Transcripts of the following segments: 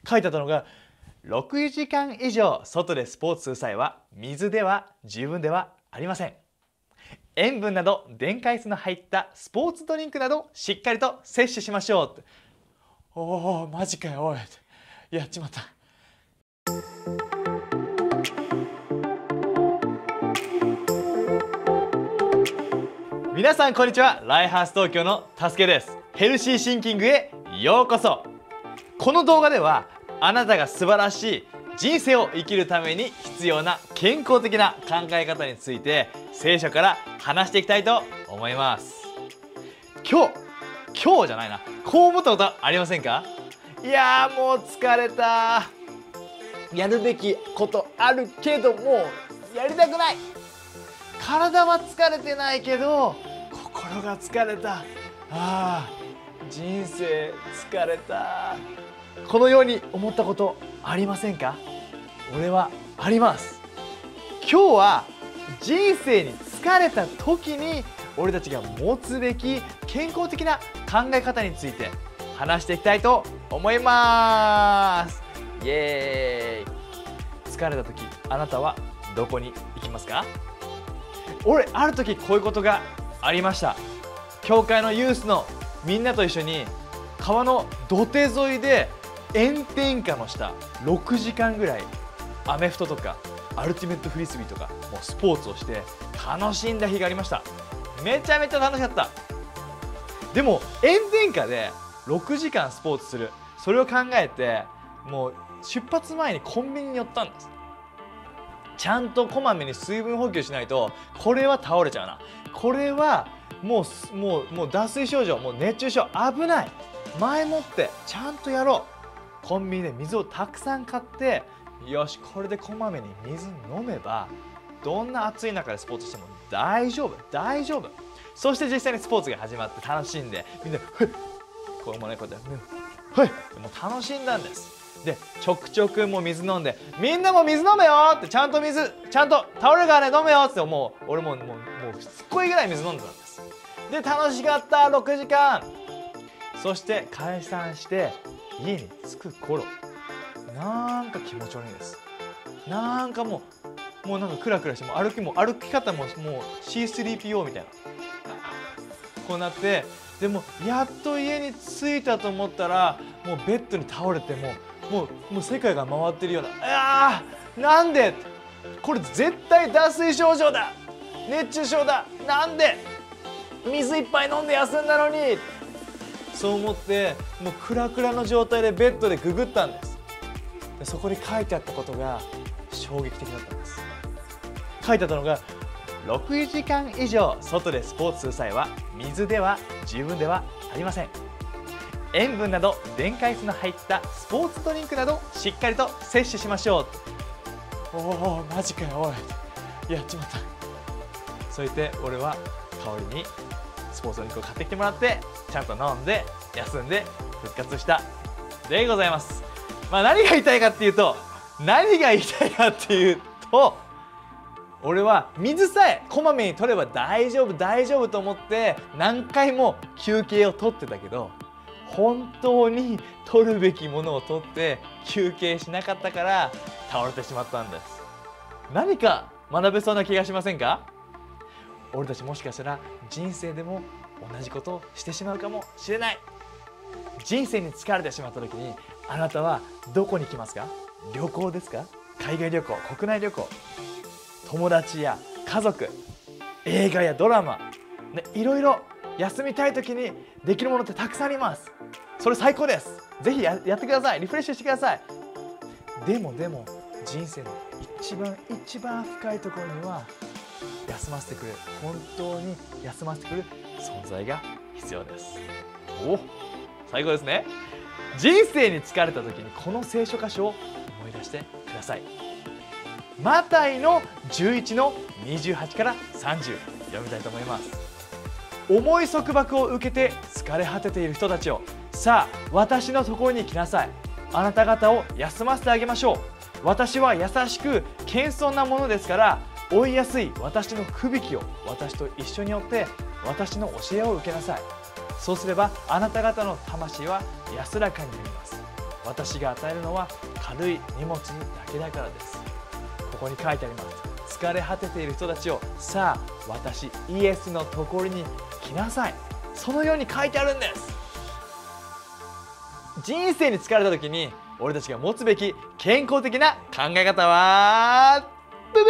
書いてあったのが、6時間以上外でスポーツする際は水では十分ではありません。塩分など電解質の入ったスポーツドリンクなどしっかりと摂取しましょうって。おお、マジかよおい、やっちまった。皆さんこんにちは。ライハース東京のたすけです。ヘルシーシンキングへようこそ。この動画ではあなたが素晴らしい人生を生きるために必要な健康的な考え方について聖書から話していきたいと思います。今日じゃないな、こう思ったことありませんか？いやー、もう疲れた。やるべきことあるけどもうやりたくない。体は疲れてないけど心が疲れた。人生疲れた。このように思ったことありませんか？俺はあります。今日は人生に疲れた時に俺たちが持つべき健康的な考え方について話していきたいと思います。イエーイ。疲れた時、あなたはどこに行きますか？俺、ある時こういうことがありました。教会のユースのみんなと一緒に川の土手沿いで炎天下の下6時間ぐらいアメフトとかアルティメットフリスビーとかもうスポーツをして楽しんだ日がありました。めちゃめちゃ楽しかった。でも炎天下で6時間スポーツする、それを考えてもう出発前にコンビニに寄ったんです。ちゃんとこまめに水分補給しないとこれは倒れちゃうな、これはもう脱水症状、もう熱中症危ない、前もってちゃんとやろう。コンビニで水をたくさん買って、よし、これでこまめに水飲めばどんな暑い中でスポーツしても大丈夫。そして実際にスポーツが始まって楽しんで、みんなこうもね、こうやってもう楽しんだんです。でちょくもう水飲んで、みんなも水飲めよって、ちゃんと倒れるからね飲めよって、もう俺もうすっごいぐらい水飲んでたんです。で楽しかった。6時間。そして解散して家に着く頃、なんか気持ち悪いです。なんかもうなんかクラクラして、歩き方ももう C3PO みたいなこうなって、でもやっと家に着いたと思ったらもうベッドに倒れて、もう世界が回ってるような。なんで、これ絶対脱水症状だ、熱中症だ、なんで水いっぱい飲んで休んだのに。そう思ってもうクラクラの状態でベッドでググったんです。でそこに書いてあったことが衝撃的だったんです。書いてあったのが、6時間以上外でスポーツする際は水では十分ではありません。塩分など電解質の入ったスポーツドリンクなどしっかりと摂取しましょう。おお、マジかよおい、やっちまった。そう言って俺は香りにスポーツドリンクを買ってきてもらって、ちゃんと飲んで休んで復活したでございます。何が言いたいかっていうと、俺は水さえこまめに取れば大丈夫と思って何回も休憩を取ってたけど、本当に取るべきものを取って休憩しなかったから倒れてしまったんです。何か学べそうな気がしませんか？俺たちもしかしたら人生でも同じことをしてしまうかもしれない。人生に疲れてしまった時にあなたはどこに行きますか？旅行ですか？海外旅行、国内旅行、友達や家族、映画やドラマ、いろいろ休みたい時にできるものってたくさんあります。それ最高です。ぜひやってください。リフレッシュしてください。でも人生の一番深いところには休ませてくれる、本当に休ませてくれる存在が必要です。最高ですね。人生に疲れた時にこの聖書箇所を思い出してください。マタイの11の28から30読みたいと思います。重い束縛を受けて疲れ果てている人たちを、さあ私のところに来なさい。あなた方を休ませてあげましょう。私は優しく謙遜なものですから、追いやすい私のくびきを私と一緒に追って私の教えを受けなさい。そうすればあなた方の魂は安らかになります。 私が与えるのは軽い荷物だけだからです。ここに書いてあります。疲れ果てている人たちを、さあ私イエスのところに来なさい。そのように書いてあるんです。人生に疲れた時に俺たちが持つべき健康的な考え方はブ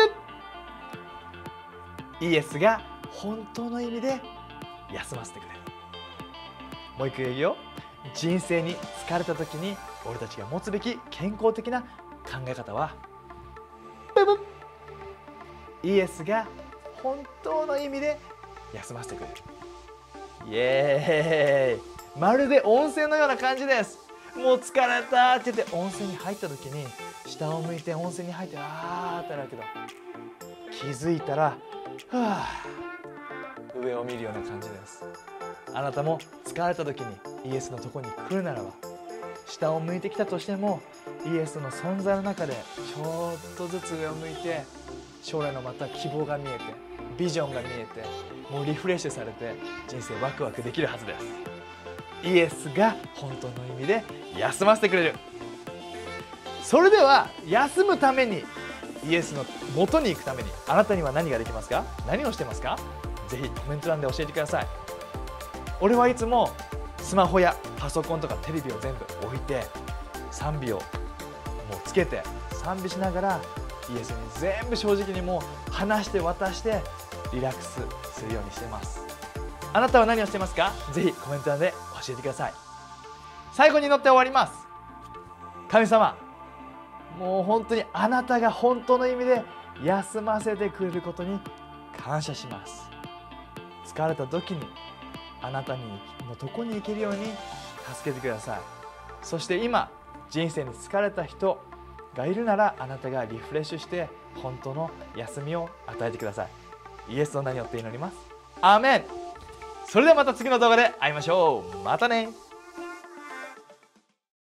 ブイエスが本当の意味で休ませてくれる。もう一回言うよ。人生に疲れた時に俺たちが持つべき健康的な考え方はブブイエスが本当の意味で休ませてくれる。イエーイ。まるで温泉のような感じです。もう疲れたって言って温泉に入った時に下を向いて温泉に入ってあーってなるけど、気づいたらはぁ上を見るような感じです。あなたも疲れた時にイエスのところに来るならば、下を向いてきたとしてもイエスの存在の中でちょっとずつ上を向いて、将来のまた希望が見えてビジョンが見えて、もうリフレッシュされて人生ワクワクできるはずです。イエスが本当の意味で休ませてくれる。それでは休むためにイエスの元に行くためにあなたには何ができますか？何をしてますか？ぜひコメント欄で教えてください。俺はいつもスマホやパソコンとかテレビを全部置いて賛美をもうつけて賛美しながらイエスに全部正直にもう話して渡してリラックスするようにしています。あなたは何をしてますか？ぜひコメント欄で教えてください。最後に祈って終わります。神様、もう本当にあなたが本当の意味で休ませてくれることに感謝します。疲れた時にあなたのとこに行けるように助けてください。そして今人生に疲れた人がいるなら、あなたがリフレッシュして本当の休みを与えてください。イエスの名によって祈ります。アーメン。それではまた次の動画で会いましょう。またね。